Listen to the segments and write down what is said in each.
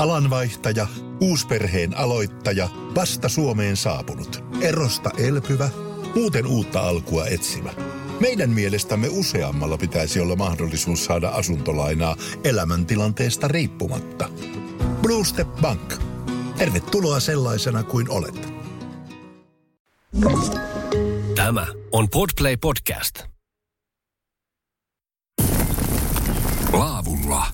Alanvaihtaja, uusperheen aloittaja, vasta Suomeen saapunut, erosta elpyvä, muuten uutta alkua etsimä. Meidän mielestämme useammalla pitäisi olla mahdollisuus saada asuntolainaa elämäntilanteesta riippumatta. Blue Step Bank. Tervetuloa sellaisena kuin olet. Tämä on Podplay Podcast. Laavulla.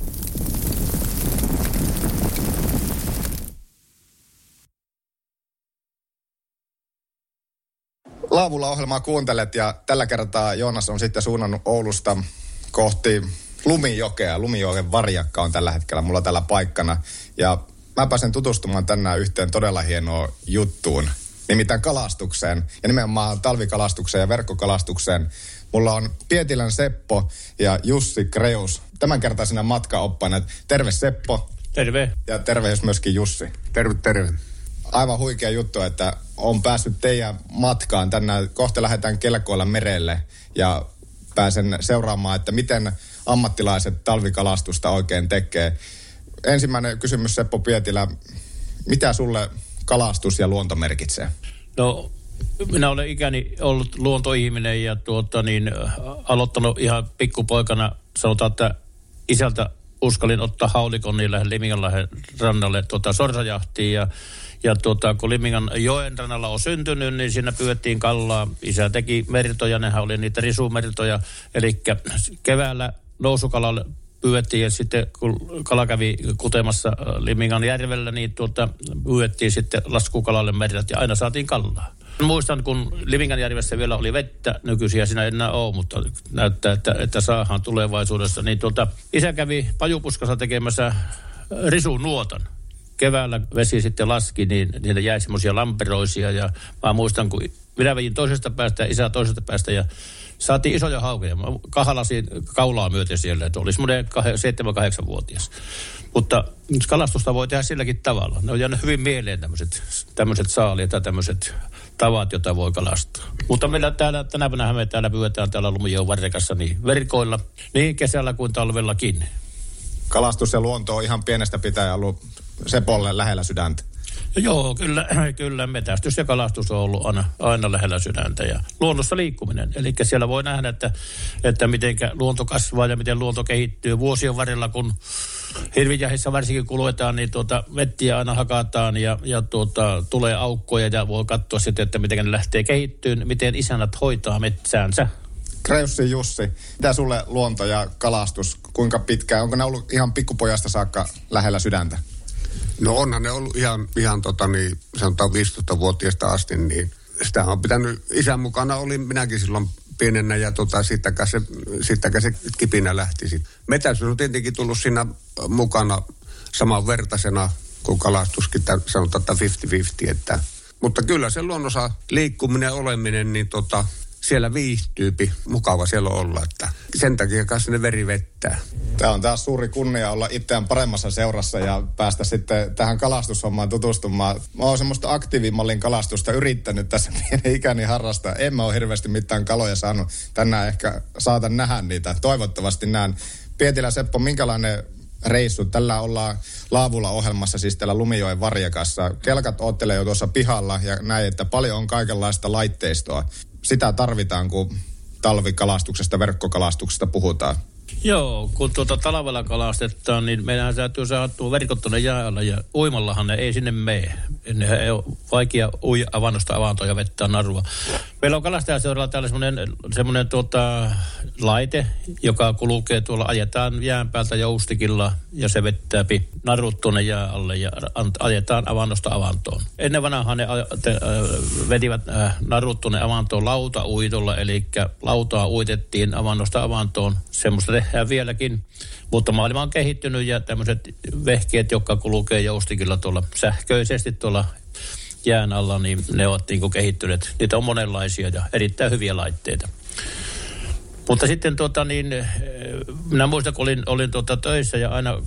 Laavulla ohjelmaa kuuntelet ja tällä kertaa Joonas on sitten suunnannut Oulusta kohti Lumijokea. Lumijoen Varjakka on tällä hetkellä mulla täällä paikkana. Ja mä pääsen tutustumaan tänään yhteen todella hienoon juttuun, nimittäin kalastukseen. Ja nimenomaan talvikalastukseen ja verkkokalastukseen. Mulla on Pietilän Seppo ja Jussi Kreus tämänkertaisena matkaoppaina. Terve Seppo. Terve. Ja tervehdys myöskin Jussi. Terve, terve. Aivan huikea juttu, että on päässyt teidän matkaan. Tänään kohta lähdetään kelkoilla merelle ja pääsen seuraamaan, että miten ammattilaiset talvikalastusta oikein tekee. Ensimmäinen kysymys, Seppo Pietilä. Mitä sulle kalastus ja luonto merkitsee? No, minä olen ikäni ollut luontoihminen ja aloittanut ihan pikkupoikana. Sanotaan, että isältä uskalin ottaa haulikon niille Liminganlahden rannalle sorsajahtiin ja kun Limingan joen rannalla on syntynyt, niin siinä pyydettiin kallaa. Isä teki mertoja, nehän oli niitä risumertoja. Eli keväällä nousukalalle pyydettiin ja sitten kun kala kävi kutemassa Limingan järvellä, niin pyydettiin sitten laskukalalle merrat ja aina saatiin kallaa. Muistan, kun Limingan järvessä vielä oli vettä, nykyisiä siinä ei enää ole, mutta näyttää, että saadaan tulevaisuudessa. Niin isä kävi Pajupuskassa tekemässä risunuotan. Keväällä vesi sitten laski, niin niille jäi semmoisia lamperoisia ja mä muistan, kun minä vedin toisesta päästä ja isä toisesta päästä ja saatiin isoja haukeja. Mä kahalasin kaulaa myöten siellä, että oli semmoinen 7-8-vuotias. Mutta kalastusta voi tehdä silläkin tavalla. Ne on jäänyt hyvin mieleen tämmöiset saaliet ja tämmöiset tavat, joita voi kalastaa. Mutta meillä tänä päivänä me täällä pyydetään täällä Lumijoen Varjakassa niin verkoilla, niin kesällä kuin talvellakin. Kalastus ja luonto on ihan pienestä pitäen ollut Sepolle lähellä sydäntä. Joo, kyllä. Metästys ja kalastus on ollut aina lähellä sydäntä ja luonnossa liikkuminen. Eli siellä voi nähdä, että miten luonto kasvaa ja miten luonto kehittyy. Vuosien varrella, kun hirvijahissa varsinkin kuluetaan, niin mettiä aina hakataan ja tulee aukkoja ja voi katsoa sitten, että miten ne lähtee kehittyyn, miten isännät hoitaa metsäänsä. Kreussi Jussi, mitä sulle luonto ja kalastus, kuinka pitkään? Onko ne ollut ihan pikkupojasta saakka lähellä sydäntä? No onhan ne ollut ihan sanotaan 15-vuotiaasta asti, niin sitä on pitänyt, isän mukana olin minäkin silloin pienenä ja siitäkään se kipinä lähti. Metästys on tietenkin tullut siinä mukana samanvertaisena kuin kalastuskin, sanotaan, että 50-50, mutta kyllä se luonnossa liikkuminen ja oleminen, niin siellä viihtyypi, mukava siellä olla, että sen takia kanssa ne veri vettää. Tämä on taas suuri kunnia olla itseään paremmassa seurassa ja päästä sitten tähän kalastushommaan tutustumaan. Mä oon semmoista aktiivimallin kalastusta yrittänyt tässä pienen ikäni harrastaa. En mä ole hirveästi mitään kaloja saanut. Tänään ehkä saatan nähdä niitä. Toivottavasti näen. Pietilä Seppo, minkälainen reissu? Tällä ollaan Laavulla ohjelmassa, siis täällä Lumijoen Varjakassa. Kelkat oottelee jo tuossa pihalla ja näin, että paljon on kaikenlaista laitteistoa. Sitä tarvitaan, kun talvikalastuksesta, verkkokalastuksesta puhutaan. Joo, kun talvella kalastetaan, niin meidän täytyy saada verkot tuonne jäällä ja uimallahan ne ei sinne mene. Ne ei ole vaikea uija avannosta avantoa ja vettää narua. Meillä on kalastajaseuralla täällä semmoinen laite, joka kulkee tuolla, ajetaan jään päältä joustikilla ja se vettää narut tuonne jää alle ja ajetaan avannosta avantoon. Ennen vanhaan ne vetivät narut tuonne avantoon lautauitolla, eli lautaa uitettiin avannosta avantoon. Semmoista tehdään vieläkin, mutta maailma on kehittynyt ja tämmöiset vehkeet, jotka kulkee joustikilla tuolla sähköisesti tuolla jään alla, niin ne ovat niin kuin kehittyneet. Niitä on monenlaisia ja erittäin hyviä laitteita. Mutta sitten minä muistan, kun olin töissä ja aina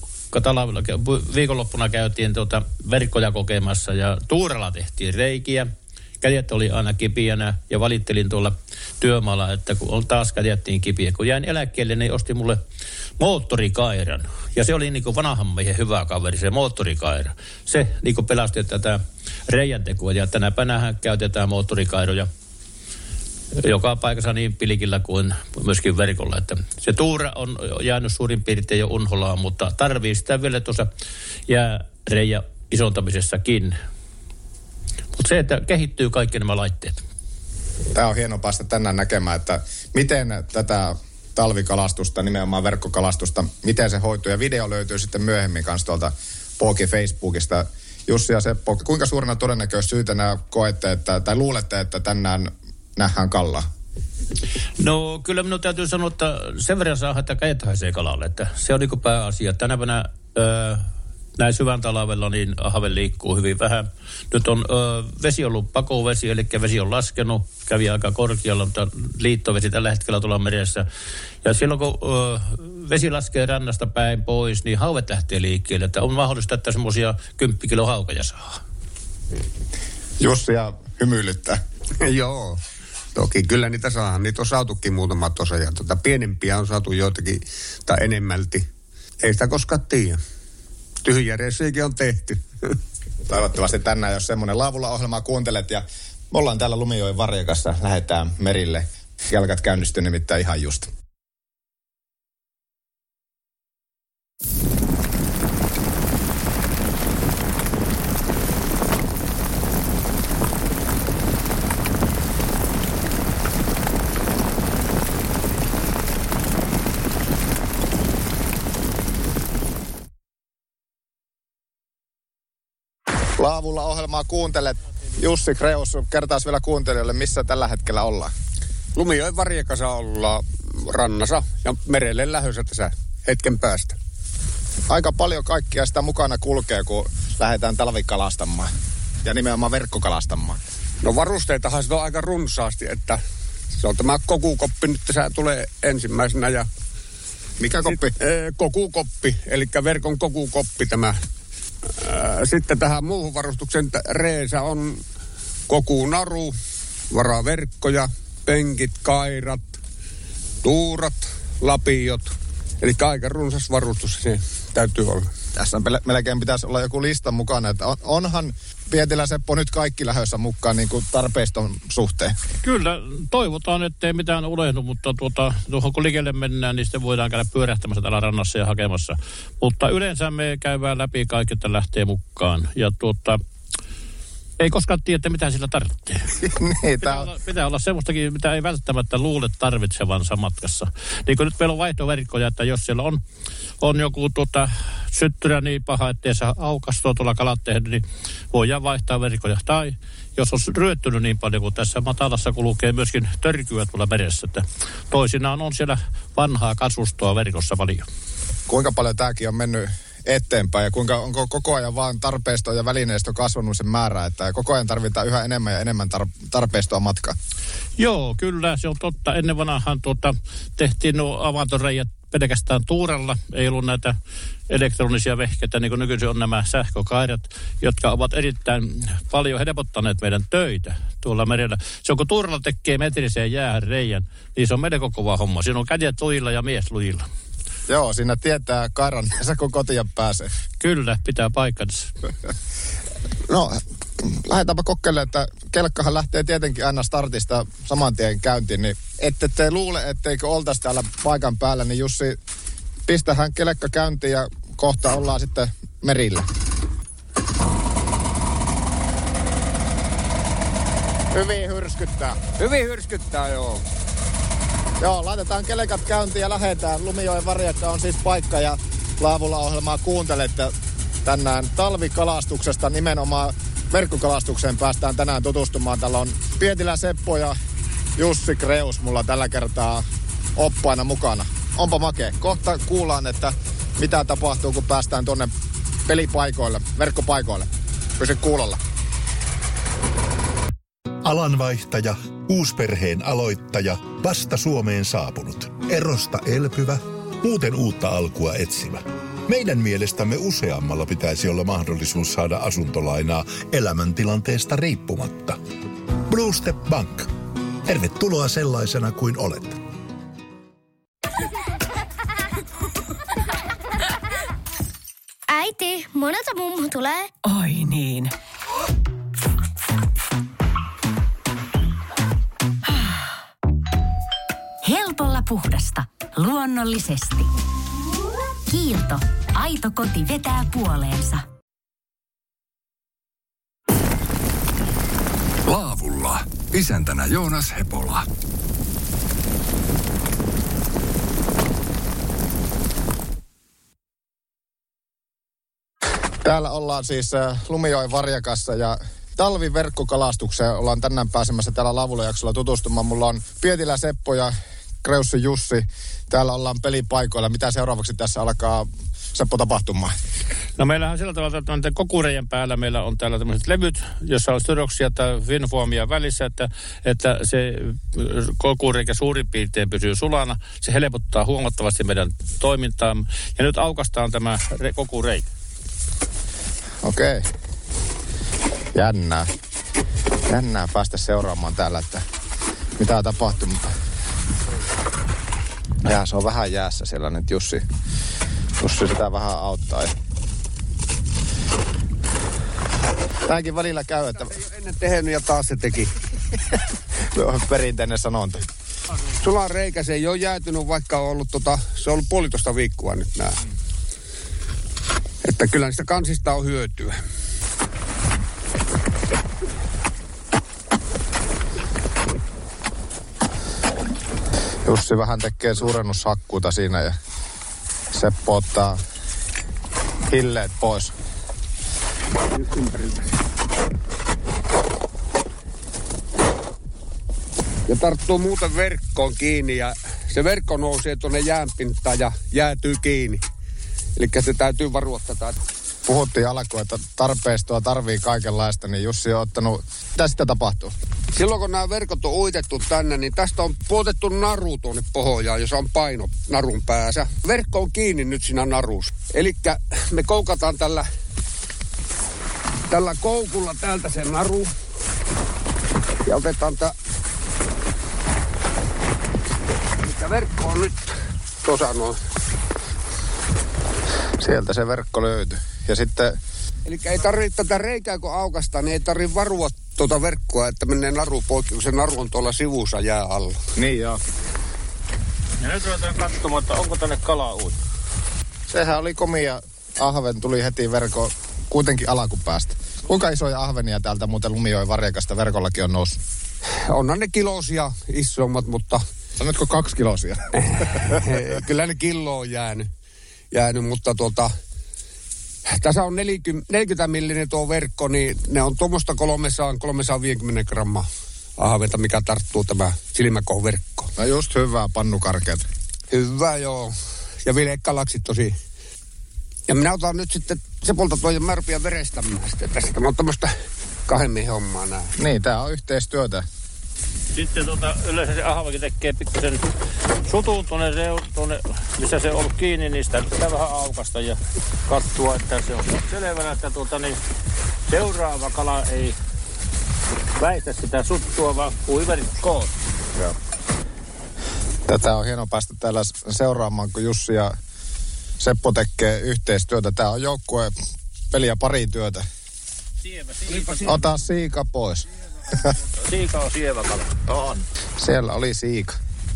viikonloppuna käytiin verkkoja kokemassa ja tuuralla tehtiin reikiä. kädet oli aina kipiänä ja valittelin tuolla työmaalla, että kun on taas kädet niin kipiä. Kun jäin eläkkeelle, niin ostin mulle moottorikairan. Ja se oli niin kuin vanhan miehen hyvä kaveri, se moottorikaira. Se niin kuin pelasti tätä reijäntekoa ja tänä päivänä käytetään moottorikairoja joka paikassa niin pilikillä kuin myöskin verkolla. Että se tuura on jäänyt suurin piirtein jo unholaan, mutta tarvii sitä vielä tuossa jääreijä isontamisessakin. Mutta se, että kehittyy kaikki nämä laitteet. Tämä on hienoa päästä tänään näkemään, että miten tätä talvikalastusta, nimenomaan verkkokalastusta, miten se hoituu. Ja video löytyy sitten myöhemmin kanssa tuolta Pooki Facebookista. Jussi ja Seppo, kuinka suurena todennäköisyytenä koette, tai luulette, että tänään nähdään kallaa? No kyllä minun täytyy sanoa, että sen verran saa, että kädet haisee kalalle. Että se on niin kuin pääasia. Tänä päivänä näin syvän talvella niin ahve liikkuu hyvin vähän. Nyt on vesi ollut pakovesi, eli vesi on laskenut. Kävi aika korkealla, mutta liittovesi tällä hetkellä tuolla meressä. Ja silloin kun vesi laskee rannasta päin pois, niin hauet lähtee liikkeelle. Että on mahdollista, että semmoisia 10 kilon haukaja saa. Jussi ja hymyilyttää. Joo. Toki kyllä niitä saadaan. Niitä on saatukin muutama tosa ja pienempiä on saatu joitakin tai enemmälti. Ei sitä koskaan tiedä. Tyhjäreissujakin on tehty. Toivottavasti tänään, jos semmoinen Laavulla ohjelmaa kuuntelet ja me ollaan täällä Lumijoen Varjakassa, lähdetään merille. Jalkat käynnistyy nimittäin ihan just. Laavulla ohjelmaa kuuntelet. Jussi Kreus, kertaisi vielä kuuntelijoille, missä tällä hetkellä ollaan. Lumijoen Varjakassa ollaan rannassa ja merelle lähdössä tässä hetken päästä. Aika paljon kaikkia sitä mukana kulkee, kun lähdetään talvikalastamaan ja nimenomaan verkkokalastamaan. No varusteitahan sitä on aika runsaasti, että se on tämä kokukoppi, nyt tässä tulee ensimmäisenä. Ja mikä koppi? Kokukoppi, eli verkon kokukoppi tämä. Sitten tähän muuhun varustuksen reessä on kokunaru, varaverkkoja, penkit, kairat, tuurat, lapiot. Eli aika runsas varustus se täytyy olla. Tässä melkein pitäisi olla joku lista mukana, että onhan Pietilä Seppo nyt kaikki lähdössä mukaan niin kuin tarpeiston suhteen. Kyllä, toivotaan, ettei mitään ulehdu, mutta tuohon kun likelle mennään, niin sitten voidaan käydä pyörähtämässä täällä rannassa ja hakemassa. Mutta yleensä me käydään läpi kaikki, että lähtee mukaan. Ja ei koskaan tiedä, mitä sillä tarvitsee. Niin, pitää olla semmoistakin, mitä ei välttämättä luule tarvitsevansa matkassa. Niin kuin nyt meillä on vaihtoverkkoja, että jos siellä on joku syttyrä niin paha, ettei saa aukastua tuolla kalat tehdä, niin voidaan vaihtaa verkkoja. Tai jos on ryöttynyt niin paljon, kuin tässä matalassa kulkee myöskin törkyä tuolla meressä, että toisinaan on siellä vanhaa kasustoa verkossa paljon. Kuinka paljon tämäkin on mennyt eteenpäin ja onko koko ajan vaan tarpeisto ja välineistö kasvanut sen määrä, että koko ajan tarvitaan yhä enemmän ja enemmän tarpeistoa matkaa? Joo, kyllä se on totta. Ennen vanhaan tehtiin nuo avantoreijät pelkästään tuuralla. Ei ollut näitä elektronisia vehkeitä, niin kuin nykyisin on nämä sähkökairat, jotka ovat erittäin paljon helpottaneet meidän töitä tuolla merellä. Se on, kun tuuralla tekee metriseen jäähän reijän, niin se on melko kova homma. Siinä on kädet lujilla ja mies lujilla. Joo, siinä tietää kairanneensa, kun kotiin pääsee. Kyllä, pitää paikkansa. No, lähdetäänpä kokeilemaan, että kelkkahan lähtee tietenkin aina startista saman tien käyntiin, niin ette te luule, etteikö oltaisi täällä paikan päällä, niin Jussi, pistähän kelkka käyntiin ja kohta ollaan sitten merillä. Hyvin hyrskyttää. Hyvin hyrskyttää, joo. Joo, laitetaan kelkat käyntiin ja lähdetään. Lumijoen Varjakka on siis paikka ja Laavulla ohjelmaa kuuntelette tänään talvikalastuksesta. Nimenomaan verkkokalastukseen päästään tänään tutustumaan. Täällä on Pietilä Seppo ja Jussi Kreus mulla tällä kertaa oppaina mukana. Onpa makea. Kohta kuullaan, että mitä tapahtuu, kun päästään tuonne pelipaikoille, verkkopaikoille. Pysy kuulolla. Alanvaihtaja, uusperheen aloittaja, vasta Suomeen saapunut, erosta elpyvä, muuten uutta alkua etsimä. Meidän mielestämme useammalla pitäisi olla mahdollisuus saada asuntolainaa elämäntilanteesta riippumatta. Blue Step Bank. Tervetuloa sellaisena kuin olet. Äiti, monelta mummu tulee? Oi niin. Helpolla puhdasta. Luonnollisesti. Kiilto. Aito koti vetää puoleensa. Laavulla. Isäntänä Joonas Hepola. Täällä ollaan siis Lumijoen Varjakassa ja talviverkkokalastukseen ollaan tänään pääsemässä täällä Laavulla-jaksolla tutustumaan. Mulla on Pietilä Seppo ja Kreussi Jussi. Täällä ollaan pelipaikoilla. Mitä seuraavaksi tässä alkaa, Seppo, tapahtumaan? No meillähän sillä tavalla, että kokureiden päällä meillä on täällä tämmöiset levyt, jossa on styroksia tai finfoamia välissä, että se kokureikä suurin piirtein pysyy sulana. Se helpottaa huomattavasti meidän toimintaa. Ja nyt aukastaan tämä kokureikä. Okei. Jännää päästä seuraamaan täällä, että mitä tapahtuu. Ja se on vähän jäässä siellä nyt Jussi sitä vähän auttaa. Tämäkin välillä käy, että... Ei ole ennen tehnyt ja taas se teki. Perinteinen sanonta. Sulan reikä, se ei ole jäätynyt, vaikka on ollut se on ollut 1,5 viikkoa nyt nää. Että kyllä niistä kansista on hyötyä. Jussi vähän tekee suurennushakkuuta siinä ja Seppo ottaa hilleet pois. Ja tarttuu muuten verkkoon kiinni ja se verkko nousee tuonne jäänpintaan ja jäätyy kiinni. Eli se täytyy varoa tätä. Puhuttiin alkuun, että tarpeistoa tarvii kaikenlaista, niin Jussi on ottanut... Mitä sitten tapahtuu? Silloin kun nämä verkot on uitettu tänne, niin tästä on puotettu naru tuonne pohjaan, jossa on paino narun päässä. Verkko on kiinni nyt siinä narussa. Eli me koukataan tällä koukulla täältä se naru. Ja otetaan Mikä verkko on nyt? Tuossa noin. Sieltä se verkko löytyy. Ja sitten... Eli ei tarvitse tätä reikää kun aukastaa, niin ei tarvitse varoa tuota verkkoa, että menee naru poikki, kun se naru on tuolla sivussa jää alla. Niin joo. Ja nyt ruvetaan katsomaan, että onko tänne kalaa uutta. Sehän oli komia. Ahven tuli heti verkko kuitenkin alakupäästä. Kuinka isoja ahvenia täältä muuten Lumijoen Varjakasta verkollakin on noussut? Onhan ne kilosia isommat, mutta... Sanotko 2 kilosia? Kyllä ne kilo on jäänyt, mutta tässä on 40 millinen tuo verkko, niin ne on tuommoista 350 grammaa ahventa, mikä tarttuu tämä silmäkohverkko. No just hyvää pannukarkeat. Hyvä, joo. Ja vilekalaksi tosi. Ja minä otan nyt sitten Sepolta tuo ja mä rupean verestämään sitten tästä. Tämä on tämmöistä 2 miehen hommaa näin. Niin, tää on yhteistyötä. Sitten yleensä se ahvakin tekee pikkusen sutun tuonne, missä se on ollut kiinni, niin sitä pitää vähän aukasta ja katsoa, että se on selvänä, että seuraava kala ei väistä sitä suttua, vaan kuiverit koot. Joo. Tätä on hieno päästä täällä seuraamaan, kun Jussi ja Seppo tekee yhteistyötä. Tää on joukkue peli ja pari työtä. Sievä. Ota siika pois. Siika on sievä kala. On. Siellä oli siika.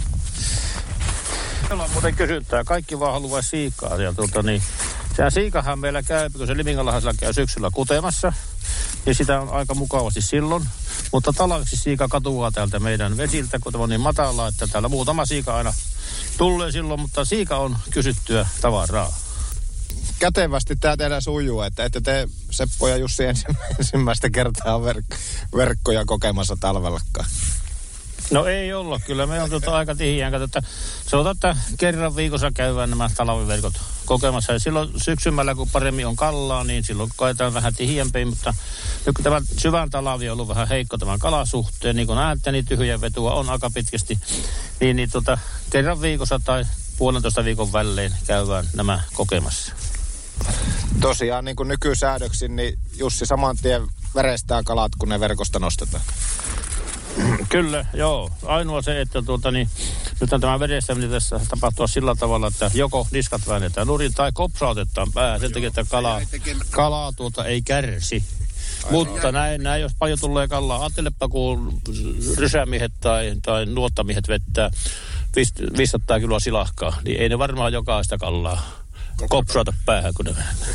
Meillä on muuten kysyntää. Kaikki vaan haluaa siikaa. Ja sehän siikahan meillä käy, kun se Liminganlahdella käy syksyllä kutemassa. Ja sitä on aika mukavasti silloin. Mutta talveksi siika katuaa täältä meidän vesiltä, kun tämä on niin matalaa, että täällä muutama siika aina tulee silloin. Mutta siika on kysyttyä tavaraa. Kätevästi tää tehdään sujuu, että ette te Seppo ja Jussi ensimmäistä kertaa verkkoja kokemassa talvellakaan. No ei olla, kyllä me on aika tihiään. Sanotaan, että kerran viikossa käydään nämä talviverkot kokemassa. Ja silloin syksymällä, kun paremmin on kallaa, niin silloin koetaan vähän tihiämpiä. Mutta nyt kun tämä syvän talvi on ollut vähän heikko tämän kalasuhteen, niin kuin näette, niin tyhjä vetua on aika pitkästi. Niin kerran viikossa tai 1,5 viikon välein käydään nämä kokemassa. Tosiaan niin kuin nykysäädöksin, niin Jussi saman tien verestää kalat, kun ne verkosta nostetaan. Kyllä, joo. Ainoa se, että nyt on tämä vedessä, mitä tässä tapahtuu sillä tavalla, että joko niskat väännetään nurin tai kopsautetaan päähän. Sen takia, että kalaa ei kärsi. Mutta näin, jos paljon tulee kalaa, ajattelepa kun rysämiehet tai nuottamiehet vettää 500 kiloa silahkaa, niin ei ne varmaan jokaista kalaa kopsauta päähän, kun ne väännetään.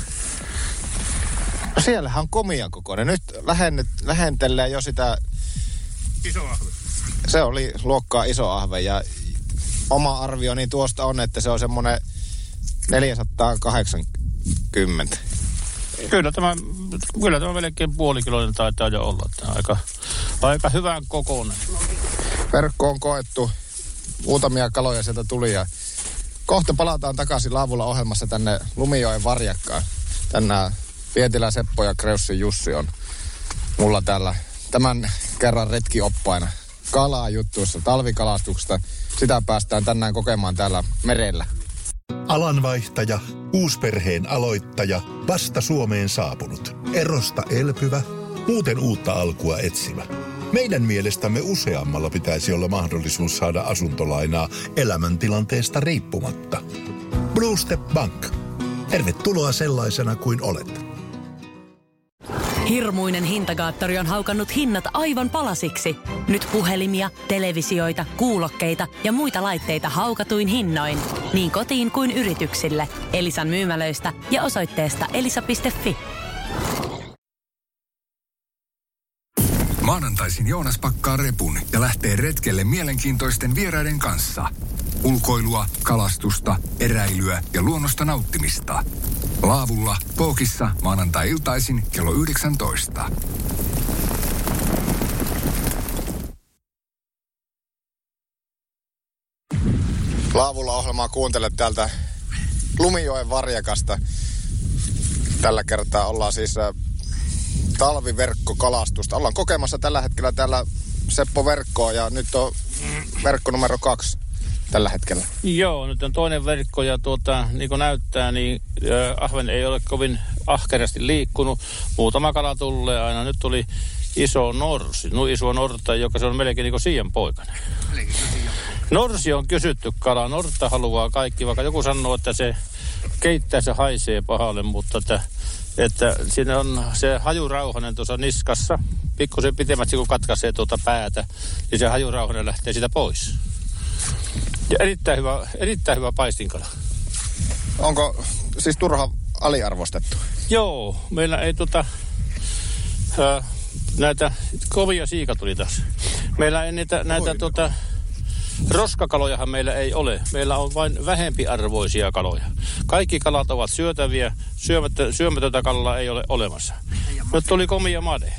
No siellähän on komia kokoinen. Nyt lähentelee jo sitä... Iso ahve. Se oli luokkaa iso ahve ja oma arvioni tuosta on, että se on semmoinen 480. Kyllä tämä melkein puolikiloinen taitaa jo olla. Aika hyvän kokoinen. Verkko on koettu. Muutamia kaloja sieltä tuli ja kohta palataan takaisin Laavulla ohjelmassa tänne Lumijoen Varjakkaan. Tänään Pietilä Seppo ja Kreussin Jussi on mulla täällä tämän kerran retkioppaina. Kalaa juttuissa, talvikalastuksesta. Sitä päästään tänään kokemaan täällä merellä. Alanvaihtaja, uusperheen aloittaja, vasta Suomeen saapunut. Erosta elpyvä, muuten uutta alkua etsimä. Meidän mielestämme useammalla pitäisi olla mahdollisuus saada asuntolainaa elämäntilanteesta riippumatta. Blue Step Bank. Tervetuloa sellaisena kuin olet. Hirmuinen hintakaattori on haukannut hinnat aivan palasiksi. Nyt puhelimia, televisioita, kuulokkeita ja muita laitteita haukatuin hinnoin. Niin kotiin kuin yrityksille. Elisan myymälöistä ja osoitteesta elisa.fi. Maanantaisin Joonas pakkaa repun ja lähtee retkelle mielenkiintoisten vieraiden kanssa. Ulkoilua, kalastusta, eräilyä ja luonnosta nauttimista. Laavulla, Pookissa, maanantai-iltaisin kello 19. Laavulla ohjelmaa kuuntelet täältä Lumijoen Varjakasta. Tällä kertaa ollaan siis talviverkkokalastusta. Ollaan kokemassa tällä hetkellä täällä Seppo verkkoa ja nyt on verkko numero 2 tällä hetkellä. Joo, nyt on toinen verkko ja niin kuin näyttää, niin ahven ei ole kovin ahkerasti liikkunut. Muutama kala tulee aina. Nyt tuli iso norsi, iso norta, joka se on melkein niin kuin siianpoikainen. Norsi on kysytty kala. Nortta haluaa kaikki, vaikka joku sanoo, että se keittää, se haisee pahalle, mutta että siinä on se hajurauhanen tuossa niskassa. Pikkusen pitemmästi kun katkaisee päätä, niin se hajurauhanen lähtee siitä pois. Ja erittäin hyvä paistinkala. Onko siis turha aliarvostettu? Joo, meillä ei näitä kovia siika tuli taas. Meillä ei näitä roskakalojahan meillä ei ole. Meillä on vain vähempiarvoisia kaloja. Kaikki kalat ovat syötäviä. Syömätöntä kalaa ei ole olemassa. Nyt tuli komia made.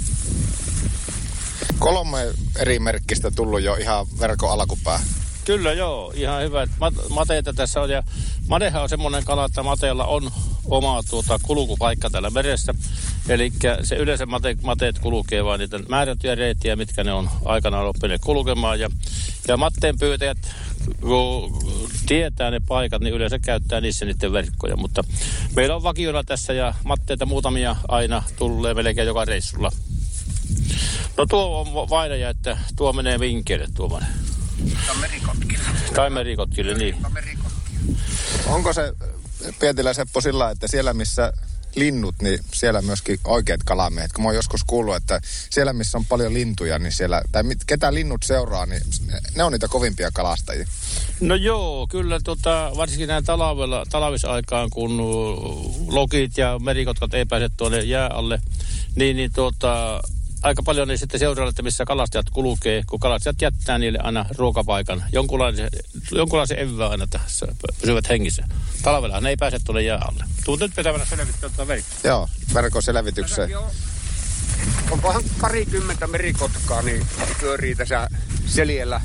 3 eri merkkistä tullut jo ihan verkon alkupää. Kyllä joo, ihan hyvä. Mateita tässä on ja madehan on semmoinen kala, että mateella on oma kulkupaikka täällä meressä. Eli se yleensä mateet kulkee vaan niitä määrättyjä reittiä, mitkä ne on aikanaan oppineet kulkemaan. Ja matteen pyytäjät, kun tietää ne paikat, niin yleensä käyttää niissä niiden verkkoja. Mutta meillä on vakiona tässä ja matteita muutamia aina tulee melkein joka reissulla. No tuo on vainaja, että tuo menee vinkkeelle tuommoinen. Tai merikotkille, niin. Onko se, Pietilä Seppo, sillä, että siellä missä linnut, niin siellä myöskin oikeat kalamiehet? Kun mä oon joskus kuullut, että siellä missä on paljon lintuja, niin siellä, tai ketä linnut seuraa, niin ne on niitä kovimpia kalastajia. No joo, kyllä varsinkin näin talvisaikaan, kun lokit ja merikotkat ei pääse tuonne jää alle, niin aika paljon niin sitten seurailla, että missä kalastajat kulkee, kun kalastajat jättää niille aina ruokapaikan. Jonkunlaisen evää aina tässä pysyvät hengissä. Talvella ne ei pääse tuonne jää alle. Tuut nyt pitävänä selvittää verkko. Joo, verkon selvitykseen. Onkohan 20 merikotkaa, niin pyörii tässä seljellä.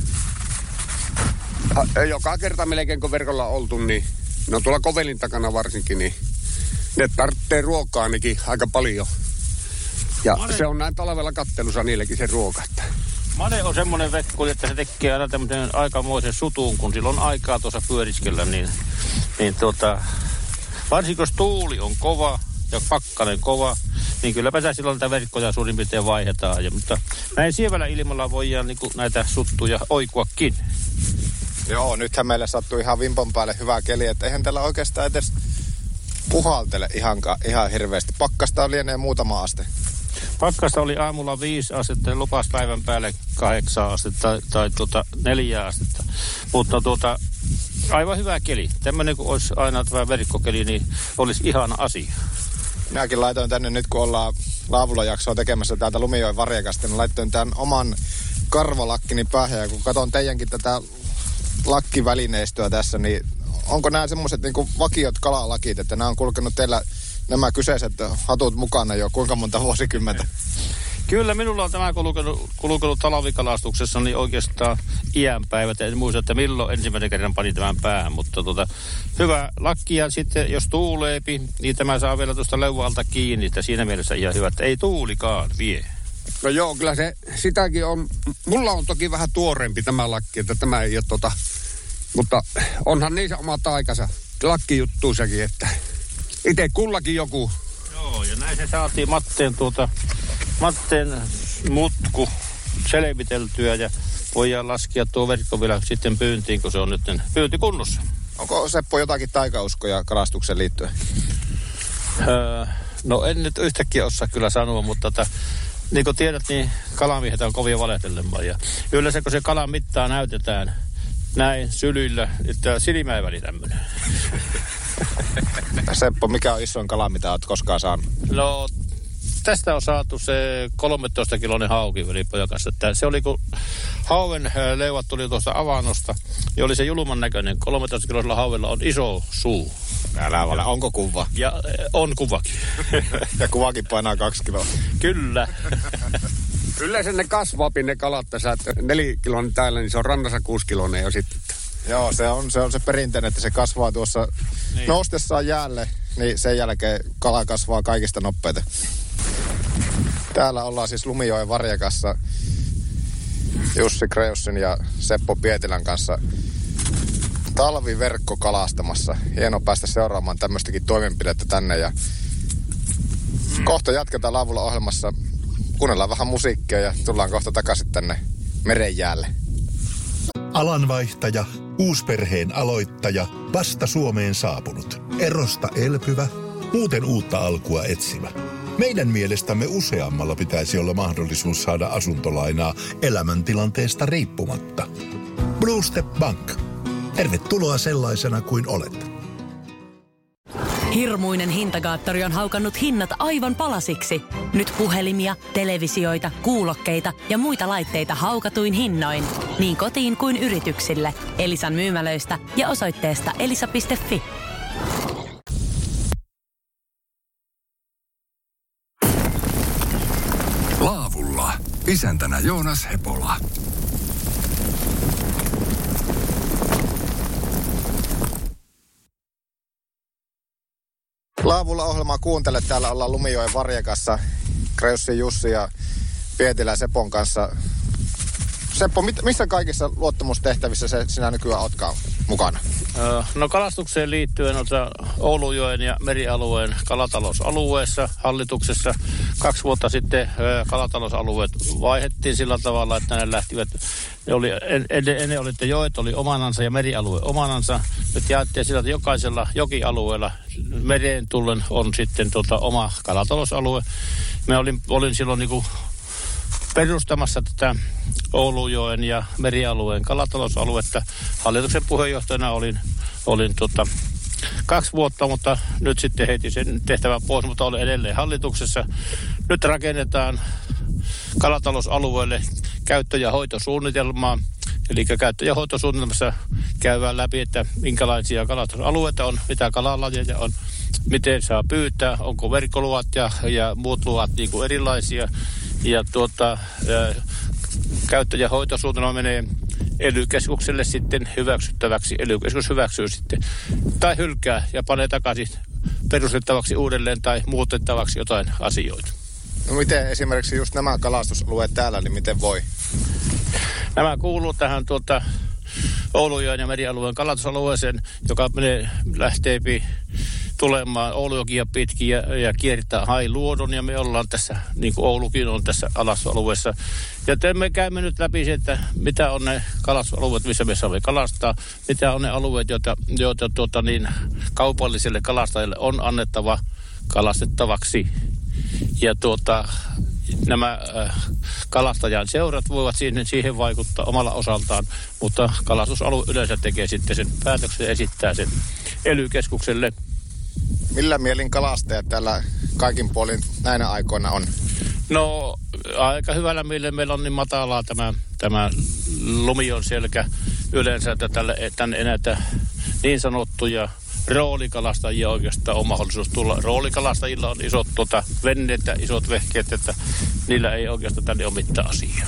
Joka kerta melkein kun verkolla on oltu, niin ne on tuolla Kovelin takana varsinkin, niin ne tarvitsee ruokaa ainakin aika paljon. Ja se on näin talvella kattelussa niillekin se ruoka. Made on semmoinen vekku, että se tekee aina tämmöisen aikamoisen sutuun, kun sillä on aikaa tuossa pyöriskellä, niin varsinkin jos tuuli on kova ja pakkanen kova, niin kylläpä sä silloin näitä verkkoja suurin piirtein vaihdetaan. Mutta näin sievällä ilmalla voidaan niin näitä suttuja oikuakin. Joo, nythän meille sattuu ihan vimpon päälle hyvä keli, että eihän täällä oikeastaan edes puhaltele ihan hirveästi. Pakkasta lienee muutama aste. Pakkasta oli aamulla 5 astetta ja lupas päivän päälle 8 astetta tai 4 astetta. Mutta aivan hyvä keli. Tämmöinen kun olisi aina tämä verkkokeli, niin olisi ihana asia. Minäkin laitoin tänne nyt, kun ollaan Laavulla jaksoa tekemässä täältä Lumijoen Varjakasta, niin laitoin tämän oman karvalakkini päähän. Ja kun katson teidänkin tätä lakkivälineistöä tässä, niin onko nämä semmoiset niin kuin vakiot kalalakit, että nämä on kulkenut teillä nämä kyseiset hatut mukana jo kuinka monta vuosikymmentä? Kyllä, minulla on tämä kulkenut talvikalastuksessa niin oikeastaan iänpäivät. En muista, että milloin ensimmäisen kerran pani tämän päähän, mutta hyvä lakki ja sitten jos tuuleepi, niin tämä saa vielä tuosta leuvan alta kiinni. Että siinä mielessä ihan hyvä, että ei tuulikaan vie. No joo, kyllä se sitäkin on. Mulla on toki vähän tuoreempi tämä lakki, että tämä ei ole mutta onhan niissä omat aikansa lakkijuttuissakin, että itse kullakin joku. Joo, ja näin se saatiin Matteen mutku selviteltyä ja voidaan laskea tuo verkko vielä sitten pyyntiin, kun se on nyt pyyntikunnossa. Onko Seppo jotakin taikauskoja kalastukseen liittyen? No en nyt yhtäkkiä osaa kyllä sanoa, mutta niin kuin tiedät, niin kalamiehet on kovin valehtelemaan. Ja yleensä kun se kalan mittaa näytetään näin sylyillä, että silmä ei välitä tämmöinen. Seppo, mikä on isoin kala, mitä olet koskaan saanut? No, tästä on saatu se 13-kiloinen hauki velipojakassa. Se oli, kun hauen leuat tuli tuosta avannosta, ja oli se julman näköinen. 13-kiloisella hauvella on iso suu. Älä vale, onko kuva? Ja on kuvakin. Ja kuvakin painaa 2 kiloa. Kyllä. Yleensä ne kasvaa ne kalat tässä, 4 kiloinen täällä, niin se on rannassa 6 kiloinen jo sitten. Joo, se on se perinteinen, että se kasvaa tuossa niin. Noustessaan jäälle, niin sen jälkeen kala kasvaa kaikista nopeiten. Täällä ollaan siis Lumijoen Varjakassa Jussi Kreussin ja Seppo Pietilän kanssa talviverkko kalastamassa. Hieno päästä seuraamaan tämmöistäkin toimenpidettä tänne ja kohta jatketaan Laavulla ohjelmassa. Kuunnellaan vähän musiikkia ja tullaan kohta takaisin tänne merenjäälle. Alanvaihtaja, uusperheen aloittaja, vasta Suomeen saapunut, erosta elpyvä, muuten uutta alkua etsimä. Meidän mielestämme useammalla pitäisi olla mahdollisuus saada asuntolainaa elämäntilanteesta riippumatta. Blue Step Bank. Tervetuloa sellaisena kuin olet. Hirmuinen hintakaattori on haukannut hinnat aivan palasiksi. Nyt puhelimia, televisioita, kuulokkeita ja muita laitteita haukatuin hinnoin. Niin kotiin kuin yrityksille. Elisan myymälöistä ja osoitteesta elisa.fi. Laavulla. Isäntänä Joonas Hepola. Laavulla ohjelmaa kuuntele. Täällä ollaan Lumijoen Varjakassa Kreussin Jussi ja Pietilän Sepon kanssa. Seppo, missä kaikissa luottamustehtävissä sinä nykyään ootkaan mukana? No kalastukseen liittyen Oulujoen ja merialueen kalatalousalueessa hallituksessa. 2 vuotta sitten kalatalousalueet vaihdettiin sillä tavalla, että ne lähtivät. Ennen oli, että joet oli omanansa ja merialue omanansa. Nyt jaettiin sillä, että jokaisella jokialueella mereen tullen on sitten oma kalatalousalue. Olin silloin niinku perustamassa tätä Oulujoen ja merialueen kalatalousaluetta. Hallituksen puheenjohtajana olin 2 vuotta, mutta nyt sitten heitin sen tehtävän pois, mutta olen edelleen hallituksessa. Nyt rakennetaan kalatalousalueelle käyttö- ja hoitosuunnitelmaa. Eli käyttö- ja hoitosuunnitelmassa käydään läpi, että minkälaisia kalatalousalueita on, mitä kalalajeja on, miten saa pyytää, onko verkkoluvat ja muut luvat niin kuin erilaisia. Ja käyttö- ja hoitosuunnitelma menee ELY-keskukselle sitten hyväksyttäväksi. ELY-keskus hyväksyy sitten tai hylkää ja panee takaisin perustettavaksi uudelleen tai muutettavaksi jotain asioita. No miten esimerkiksi just nämä kalastusalueet täällä, niin miten voi? Nämä kuuluu tähän Oulujoen ja merialueen kalastusalueeseen, joka lähtee tulemaan Oulujokia pitkin ja kiertää Hailuodon. Ja me ollaan tässä, niin kuin Oulukin on tässä alastusalueessa. Ja me käymme nyt läpi se, että mitä on ne kalastusalueet, missä me saamme kalastaa. Mitä on ne alueet, joita kaupallisille kalastajille on annettava kalastettavaksi. Ja nämä kalastajan seurat voivat siihen vaikuttaa omalla osaltaan, mutta kalastusalue yleensä tekee sitten sen päätöksen ja esittää sen ELY-keskukselle. Millä mielin kalastajat täällä kaikin puolin näinä aikoina on? No aika hyvällä mielellä. Meillä on niin matalaa tämä lumion selkä yleensä, että tänne enää niin sanottuja roolikalastajia oikeastaan on mahdollisuus tulla. Roolikalastajilla on isot venneet ja isot vehkeet, että niillä ei oikeastaan tänne ole mitään asiaa.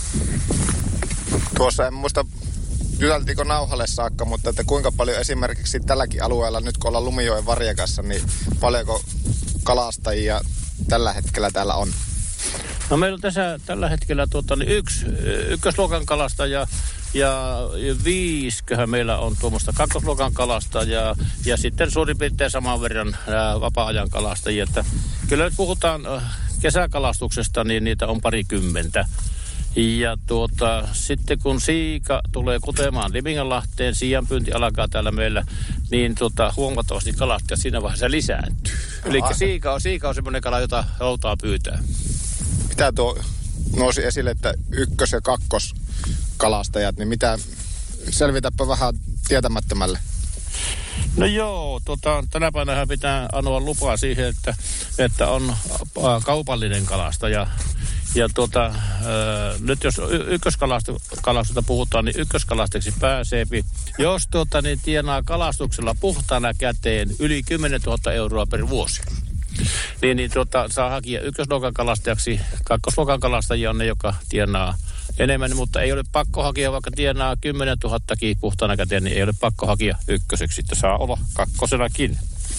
Tuossa en muista, juteltiinko nauhalle saakka, mutta että kuinka paljon esimerkiksi tälläkin alueella, nyt kun ollaan Lumijoen Varjakassa, niin paljonko kalastajia tällä hetkellä täällä on? No meillä on tässä tällä hetkellä ykkösluokan kalastaja ja 5 meillä on tuommoista kakkosluokan kalastajaa ja sitten suurin piirtein saman verran vapaa-ajan kalastajia. Että kyllä nyt puhutaan kesäkalastuksesta, niin niitä on 20. Ja sitten kun siika tulee kutemaan Liminganlahteen, siianpyynti alkaa täällä meillä, niin huomattavasti kalastajat siinä vaiheessa lisääntyy. Eli siika on semmoinen kala, jota halutaan pyytää. Mitä tuo nousi esille, että ykkös- ja kakkoskalastajat, niin mitä, selvitäpä vähän tietämättömälle. No joo, tänä päivänä pitää anoa lupaa siihen, että on kaupallinen kalastaja. Ja nyt jos ykköskalastusta puhutaan, niin ykköskalastajaksi pääseepi. Jos niin tienaa kalastuksella puhtaana käteen yli 10 000 euroa per vuosi. Niin saa hakia ykkösluokan kalastajaksi. Kakkosluokan kalastajia on ne, joka tienaa enemmän, mutta ei ole pakko hakea, vaikka tienaa 10 000 puhtaana käteen, niin ei ole pakko hakea ykköseksi, että saa olla kakkosenakin.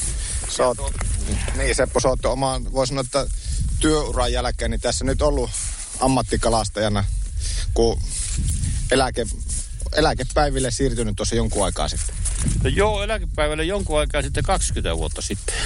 Niin Seppo, sä oot omaan, voi sanoa, että työuran jälkeen, niin tässä nyt ollut ammattikalastajana, kun eläkepäiville siirtynyt tuossa jonkun aikaa sitten. No joo, eläkepäivälle jonkun aikaa sitten 20 vuotta sitten.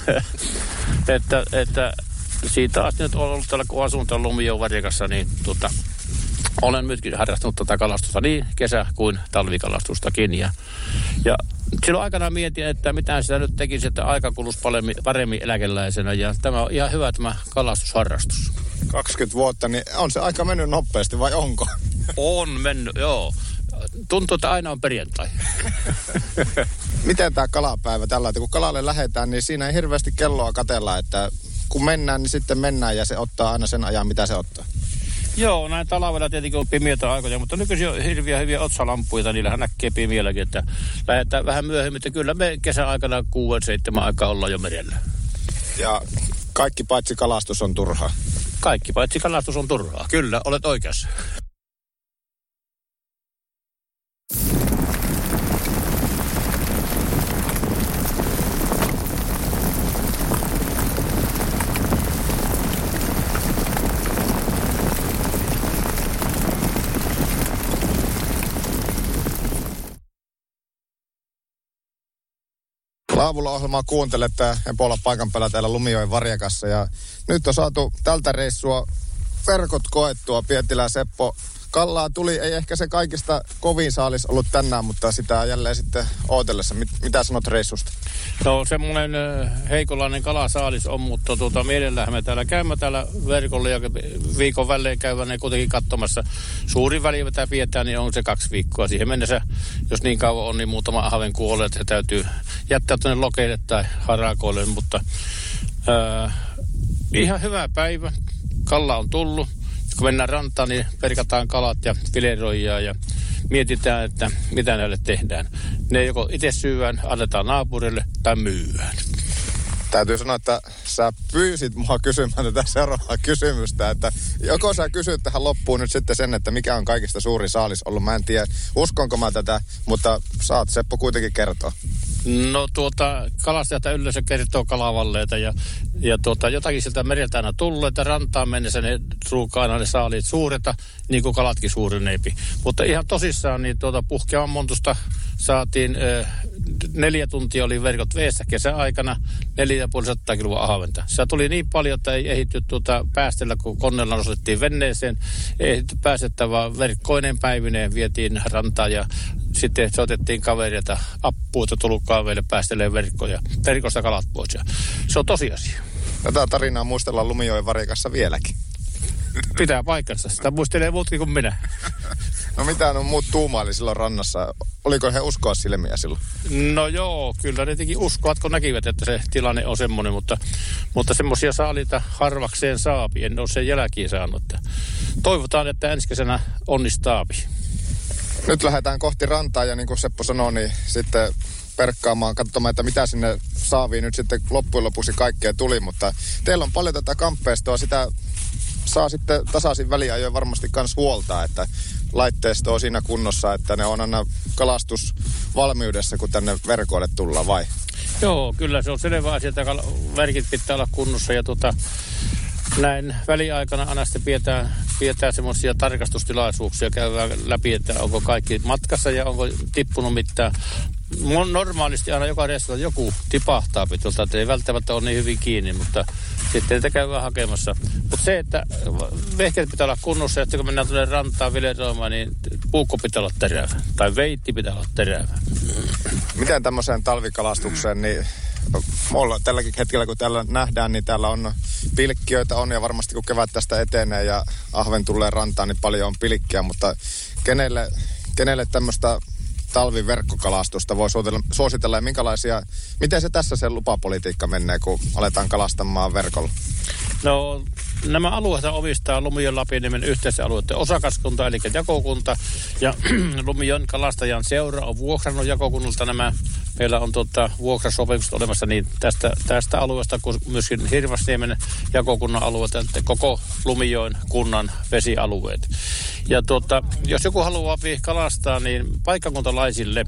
että siitä asti nyt on ollut täällä, kun asun täällä Lumijoen Varjakassa, niin olen myöskin harrastanut tätä kalastusta niin kesä- kuin talvikalastustakin. Ja silloin aikanaan mietin, että mitä sitä nyt tekisi, että aika kuluisi paremmin eläkeläisenä. Ja tämä on ihan hyvä tämä kalastusharrastus. 20 vuotta, niin on se aika mennyt nopeasti vai onko? On mennyt, joo. Tuntuu, että aina on perjantai. Miten tämä kalapäivä tällä, että kun kalalle lähdetään, niin siinä ei hirveästi kelloa katsella, että kun mennään, niin sitten mennään ja se ottaa aina sen ajan, mitä se ottaa. Joo, näin talvella tietenkin on pimiötä aikoja, mutta nykyisin on hirviä hyviä otsalampuja, niillähän näkee pimielläkin, että lähdetään vähän myöhemmin, että kyllä me kesäaikana 6-7 aikaa ollaan jo merellä. Ja kaikki paitsi kalastus on turhaa. Kaikki paitsi kalastus on turhaa, kyllä, olet oikeassa. Laavulla ohjelmaa kuuntelette Epola paikan päällä täällä Lumijoen Varjakassa. Ja nyt on saatu tältä reissua verkot koettua. Pietilä Seppo, kalaa tuli, ei ehkä se kaikista kovin saalis ollut tänään, mutta sitä jälleen sitten ootellessa. Mitä sanot reissusta? No semmoinen heikonlainen kalasaalis on, mutta mielellähän me täällä käymme täällä verkolla ja viikon välein käyvän kuitenkin katsomassa. Suurin väli, mitä pidetään, niin on se 2 viikkoa. Siihen mennessä, jos niin kauan on, niin muutama ahven kuolee, että se täytyy jättää tuonne lokeille tai harakoille, mutta ihan hyvä päivä. Kalla on tullut. Kun mennään rantaan, niin perkataan kalat ja fileroijaa ja mietitään, että mitä näille tehdään. Ne joko itse syödään, annetaan naapurille tai myyään. Täytyy sanoa, että sä pyysit mua kysymään tätä seuraavaa kysymystä, että joko sä kysyt tähän loppuun nyt sitten sen, että mikä on kaikista suuri saalis ollut. Mä en tiedä, uskonko mä tätä, mutta saat Seppo kuitenkin kertoa. No kalastajat yleensä kertoo kalavalleita ja jotakin sieltä mereltä aina tullut, että rantaan mennessä ne ruukaa aina ne saaliit suureta, niin kuin kalatkin suureneepi. Mutta ihan tosissaan niin puhkeavan montusta saatiin 4 tuntia oli verkot veessä kesäaikana, 450 kiloa ahventa. Se tuli niin paljon, että ei ehditty päästellä, kun koneella nostettiin veneeseen. Ei ehditty päästettä, vaan verkkoinen päivineen vietiin rantaan ja sitten soitettiin kavereita appuun, että tulkaa meille päästelee verkosta kalat pois. Ja se on tosiasia. Tätä tarinaa muistellaan Lumijoen varikassa vieläkin. Pitää paikkansa. Sitä muistelee muutkin kuin minä. No mitä no muut tuumaili silloin rannassa? Oliko he uskoa silmiä silloin? No joo, kyllä ne teki uskoa, kun näkivät, että se tilanne on semmoinen, mutta semmoisia saalita harvakseen saapi. En ole sen jälkiin saanut. Toivotaan, että ensi kesänä onnistaapi. Nyt lähdetään kohti rantaa ja niin kuin Seppo sanoi, niin sitten perkkaamaan, katsomaan, että mitä sinne saaviin nyt sitten loppujen lopuksi kaikkea tuli. Mutta teillä on paljon tätä kamppeistoa, sitä saa sitten tasaisin väliajoin varmasti myös huoltaa, että laitteisto on siinä kunnossa, että ne on aina kalastusvalmiudessa, kun tänne verkoille tullaan, vai? Joo, kyllä se on selvä asia, että verkit pitää olla kunnossa ja näin väliaikana aina sitten pidetään semmoisia tarkastustilaisuuksia, käydään läpi, että onko kaikki matkassa ja onko tippunut mitään. Normaalisti aina joka reissulla joku tipahtaa pitolta, että ei välttämättä ole niin hyvin kiinni, mutta sitten niitä käydään hakemassa. Mutta se, että vehkeet pitää olla kunnossa, että kun mennään tuonne rantaan vileroimaan, niin puukko pitää olla terävä. Tai veitti pitää olla terävä. Miten tämmöiseen talvikalastukseen, niin mulla tälläkin hetkellä, kun täällä nähdään, niin täällä on pilkkiöitä on, ja varmasti kun kevät tästä etenee ja ahven tulee rantaan, niin paljon on pilkkiä, mutta kenelle tämmöistä talviverkkokalastusta voi suositella ja miten se tässä se lupapolitiikka menee, kun aletaan kalastamaan verkolla? No nämä alueet omistaa Lumion Lapiniemen yhteisalueiden osakaskunta, eli jakokunta, ja Lumion kalastajan seura on vuokrannut jakokunnalta nämä. Meillä on vuokrasopimukset olemassa niin tästä alueesta kuin myöskin Hirvasniemen jakokunnan alueet, koko Lumijoen kunnan vesialueet. Ja jos joku haluaa kalastaa, niin paikkakuntalaisille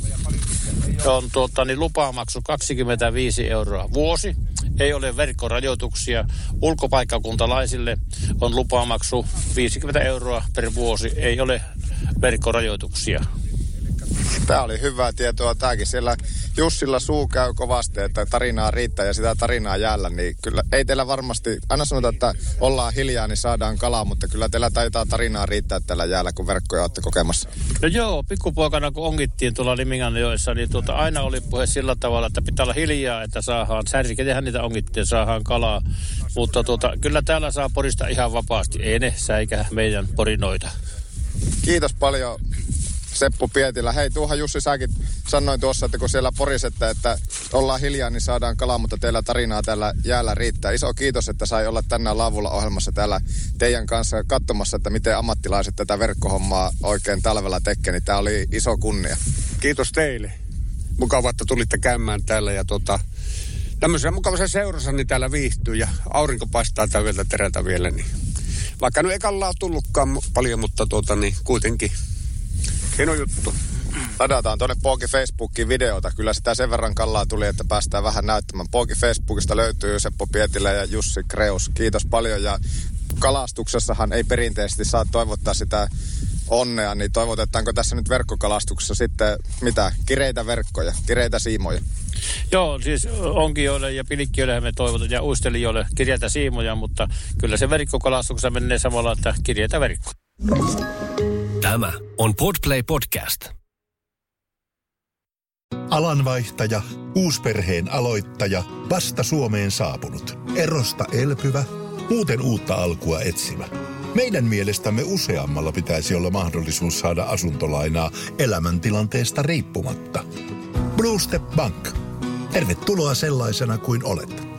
on lupamaksu 25 € vuosi. Ei ole verkkorajoituksia. Ulkopaikkakuntalaisille on lupamaksu 50 € per vuosi. Ei ole verkkorajoituksia. Tämä oli hyvää tietoa tämäkin. Siellä Jussilla suu käy kovasti, että tarinaa riittää ja sitä tarinaa jäällä, niin kyllä ei teillä varmasti, aina sanotaan, että ollaan hiljaa, niin saadaan kalaa, mutta kyllä teillä taitaa tarinaa riittää tällä jäällä, kun verkkoja olette kokemassa. No joo, pikkupoikana kun ongittiin tuolla Liminganjoessa, niin aina oli puhe sillä tavalla, että pitää olla hiljaa, että saadaan särketehän niitä ongittiin, saadaan kalaa, mutta kyllä täällä saa porista ihan vapaasti, ei ne säikä meidän porinoita. Kiitos paljon Seppo Pietilä. Hei, tuohan Jussi, säkin sanoin tuossa, että kun siellä porisette, että ollaan hiljaa, niin saadaan kalaa, mutta teillä tarinaa täällä jäällä riittää. Iso kiitos, että sai olla tänään Laavulla ohjelmassa täällä teidän kanssa katsomassa, että miten ammattilaiset tätä verkkohommaa oikein talvella tekee, niin tää oli iso kunnia. Kiitos teille. Mukava, että tulitte käymään täällä ja tämmöisen mukavassa seurassa niin täällä viihtyy ja aurinko paistaa täydeltä terältä vielä, niin vaikka nyt ei kallaa tullutkaan paljon, mutta niin kuitenkin hieno juttu. Ladataan tuonne Pooki Facebookiin videota. Kyllä sitä sen verran kallaa tuli, että päästään vähän näyttämään. Pooki Facebookista löytyy Seppo Pietilä ja Jussi Kreus. Kiitos paljon. Ja kalastuksessahan ei perinteisesti saa toivottaa sitä onnea, niin toivotetaanko tässä nyt verkkokalastuksessa sitten kireitä verkkoja, kireitä siimoja? Joo, siis onkijoille ja pilikkijoille me toivotaan ja uistelijoille kireitä siimoja, mutta kyllä se verkkokalastuksessa menee samalla, että kireitä verkkoja. Tämä on Podplay Podcast. Alanvaihtaja, uusperheen aloittaja, vasta Suomeen saapunut, erosta elpyvä, muuten uutta alkua etsimä. Meidän mielestämme useammalla pitäisi olla mahdollisuus saada asuntolainaa elämäntilanteesta riippumatta. Blue Step Bank. Tervetuloa sellaisena kuin olet.